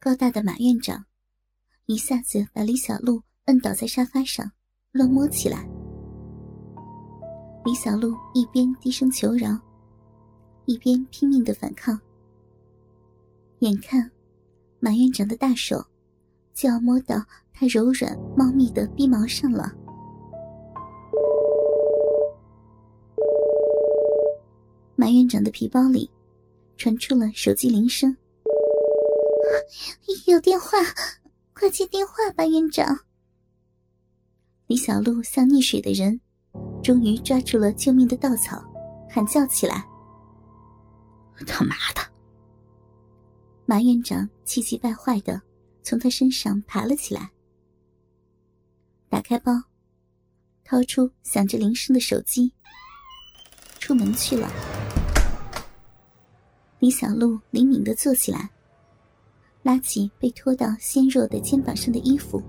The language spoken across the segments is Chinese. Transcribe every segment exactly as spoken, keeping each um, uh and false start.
高大的马院长一下子把李小璐摁倒在沙发上，乱摸起来。李小璐一边低声求饶，一边拼命地反抗。眼看马院长的大手就要摸到他柔软茂密的逼毛上了。马院长的皮包里传出了手机铃声。有电话，快接电话吧，院长。李小璐像溺水的人，终于抓住了救命的稻草，喊叫起来。 他妈的！ 马院长气急败坏地从他身上爬了起来，打开包，掏出响着铃声的手机，出门去了。李小璐灵敏地坐起来，拉起被拖到纤弱的肩膀上的衣服。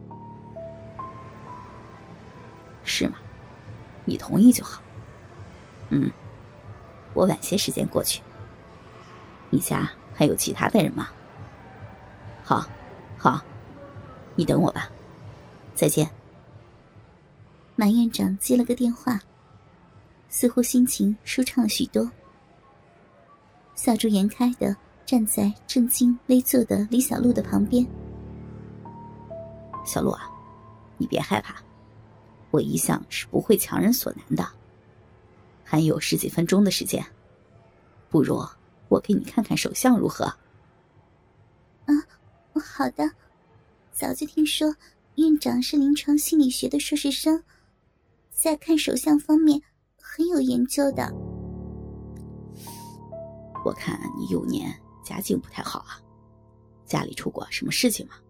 是吗？你同意就好。嗯，我晚些时间过去。你家还有其他的人吗？好，好，你等我吧。再见。 马院长接了个电话，似乎心情舒畅了许多，笑逐颜开地站在正襟危坐的李小璐的旁边。 小璐啊，你别害怕，我一向是不会强人所难的。还有十几分钟的时间，不如我给你看看手相如何？ 啊，好的。早就听说院长是临床心理学的硕士生，在看手相方面很有研究的。 我看你幼年家境不太好啊，家里出过什么事情吗？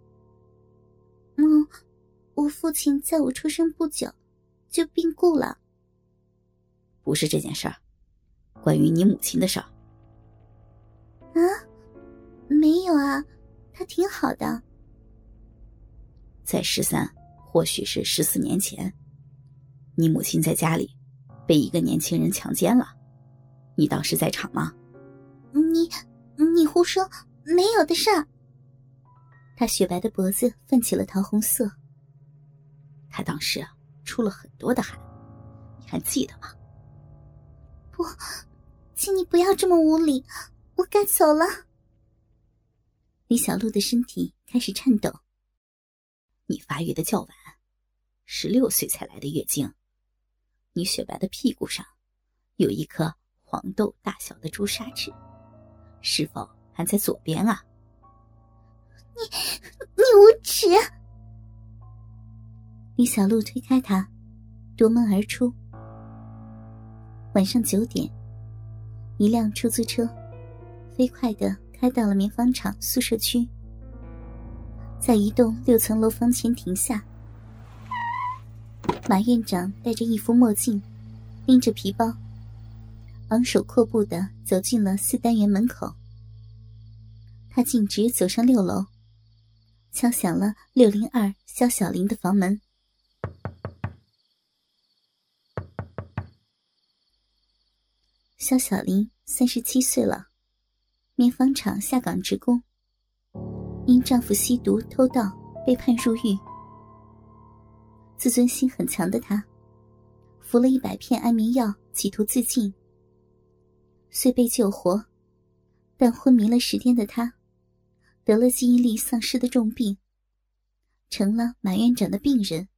嗯，我父亲在我出生不久就病故了。 不是这件事儿，关于你母亲的事儿。 啊，没有啊，她挺好的。 在十三，或许是十四年前，你母亲在家里被一个年轻人强奸了，你当时在场吗？ 你你胡说，没有的事儿。他雪白的脖子泛起了桃红色。 他当时出了很多的汗，你还记得吗？ 不，请你不要这么无礼，我该走了。李小璐的身体开始颤抖。 你发育的较晚，十六岁才来的月经，你雪白的屁股上有一颗黄豆大小的朱砂痣，是否还在左边啊？ 你你无耻！李小璐推开他，夺门而出。晚上九点，一辆出租车飞快地开到了棉纺厂宿舍区，在一栋六层楼房前停下。马院长戴着一副墨镜，拎着皮包，昂首阔步地走进了四单元门口。他径直走上六楼，敲响了六零二肖小玲的房门。肖小玲三十七岁了，棉纺厂下岗职工，因丈夫吸毒偷盗被判入狱。自尊心很强的她，服了一百片安眠药，企图自尽。虽被救活，但昏迷了十天的她，得了记忆力丧失的重病，成了马院长的病人。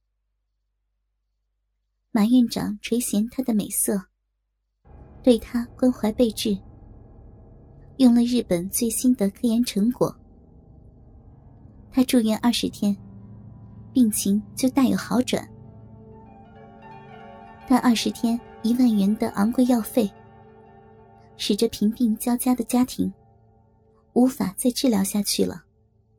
马院长垂涎她的美色，对她关怀备至，用了日本最新的科研成果。她住院二十天，病情就大有好转。但二十天一万元的昂贵药费，使这贫病交加的家庭无法再治疗下去了。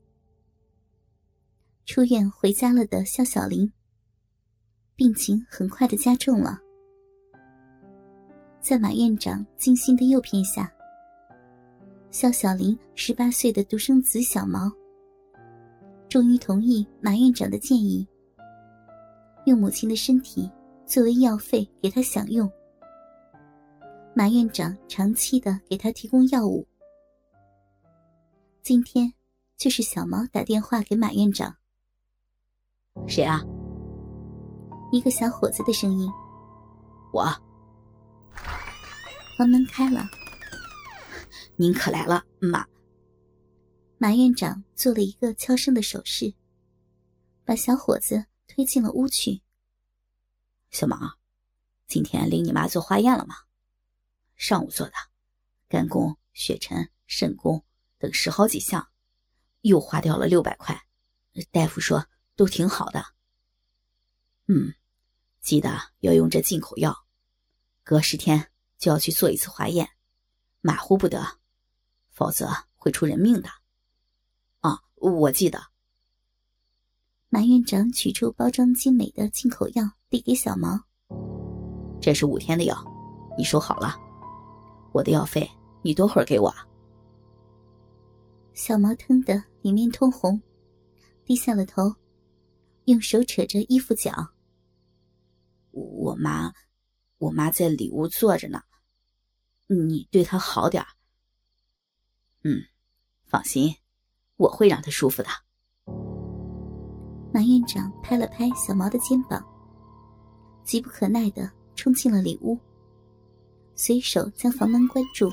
出院回家了的肖小玲，病情很快的加重了。在马院长精心的诱骗下，肖小玲十八岁的独生子小毛终于同意马院长的建议，用母亲的身体作为药费给他享用。马院长长期的给他提供药物。 今天就是小毛打电话给马院长。 谁啊？ 一个小伙子的声音。 我。 房门开了。 您可来了，马。 马院长做了一个悄声的手势，把小伙子推进了屋去。 小毛，今天领你妈做化验了吗？上午做的，肝功、血沉、肾功等十好几项，又花掉了六百块，大夫说都挺好的。嗯，记得要用这进口药，隔十天就要去做一次化验，马虎不得，否则会出人命的。啊，我记得。 马院长取出包装精美的进口药递给小毛。 这是五天的药，你收好了。我的药费你多会儿给我啊？ 小毛腾的脸面通红，低下了头，用手扯着衣服角。 我妈，我妈在里屋坐着呢，你对她好点儿。嗯，放心，我会让她舒服的。 马院长拍了拍小毛的肩膀，急不可耐地冲进了里屋，随手将房门关住。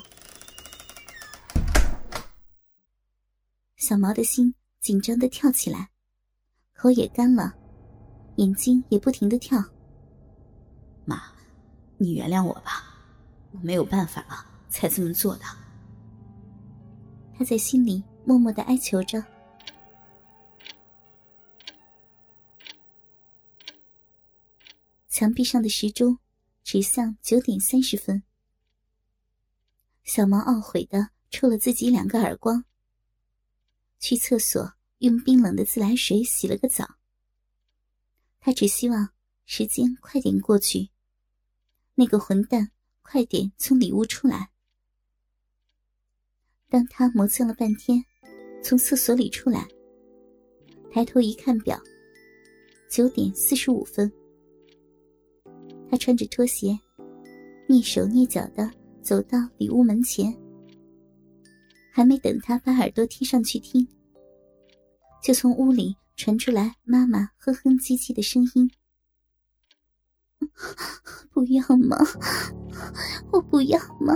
小毛的心紧张地跳起来，口也干了，眼睛也不停地跳。 妈，你原谅我吧，我没有办法了才这么做的。 他在心里默默地哀求着。墙壁上的时钟指向九点三十分。小毛懊悔地抽了自己两个耳光，去厕所用冰冷的自来水洗了个澡。他只希望时间快点过去，那个混蛋快点从里屋出来。当他磨蹭了半天从厕所里出来，抬头一看表，九点四十五分。他穿着拖鞋，蹑手蹑脚地走到里屋门前。还没等他把耳朵贴上去听，就从屋里传出来妈妈哼哼唧唧的声音：不要嘛，我不要嘛，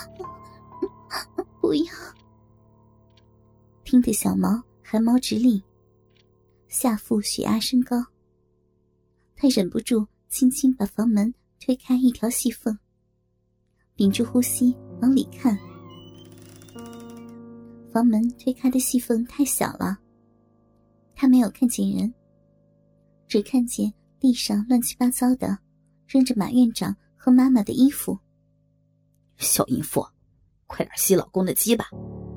不要。听得小毛汗毛直立，下腹血压升高。他忍不住轻轻把房门推开一条细缝，屏住呼吸往里看。房门推开的细缝太小了，他没有看见人，只看见地上乱七八糟的扔着马院长和妈妈的衣服。 小淫妇，快点吸老公的鸡吧。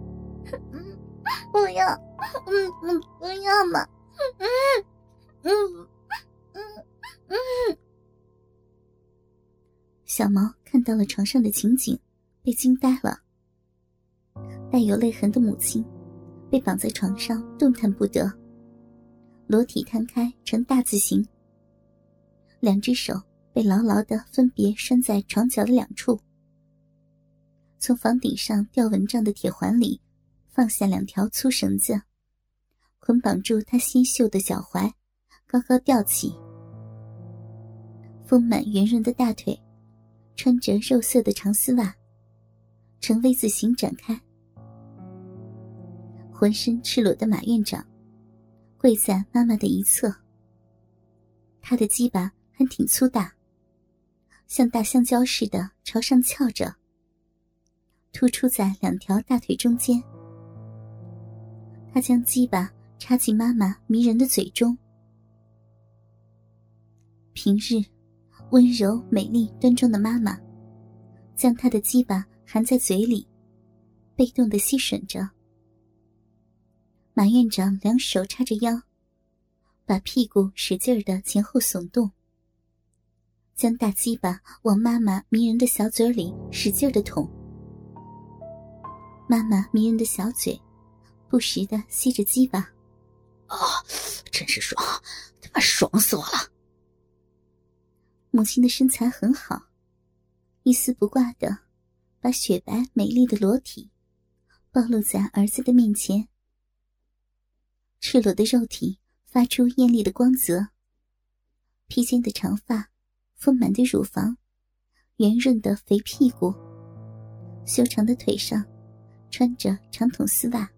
不要，嗯嗯，不要嘛，嗯嗯嗯嗯。小毛看到了床上的情景，被惊呆了。带有泪痕的母亲被绑在床上动弹不得，裸体摊开成大字形，两只手被牢牢地分别拴在床角的两处。从房顶上吊蚊帐的铁环里放下两条粗绳子，捆绑住她纤秀的脚踝，高高吊起。丰满圆润的大腿穿着肉色的长丝袜，呈 V 字形展开。浑身赤裸的马院长跪在妈妈的一侧，他的鸡巴还挺粗大，像大香蕉似的朝上翘着，突出在两条大腿中间。他将鸡巴插进妈妈迷人的嘴中。平日温柔美丽端庄的妈妈将她的鸡巴含在嘴里，被动地吸吮着。马院长两手叉着腰，把屁股使劲地前后耸动，将大鸡巴往妈妈迷人的小嘴里使劲地捅。妈妈迷人的小嘴不时地吸着鸡巴。 啊、哦，真是爽，他妈爽死我了。 母亲的身材很好，一丝不挂的把雪白美丽的裸体暴露在儿子的面前。赤裸的肉体发出艳丽的光泽，披肩的长发，丰满的乳房，圆润的肥屁股，修长的腿上穿着长筒丝袜。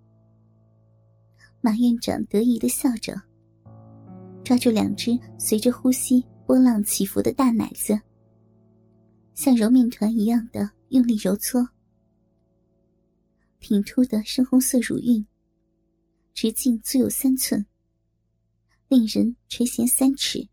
马院长得意地笑着，抓住两只随着呼吸波浪起伏的大奶子，像揉面团一样的用力揉搓。挺凸的深红色乳晕，直径足有三寸，令人垂涎三尺。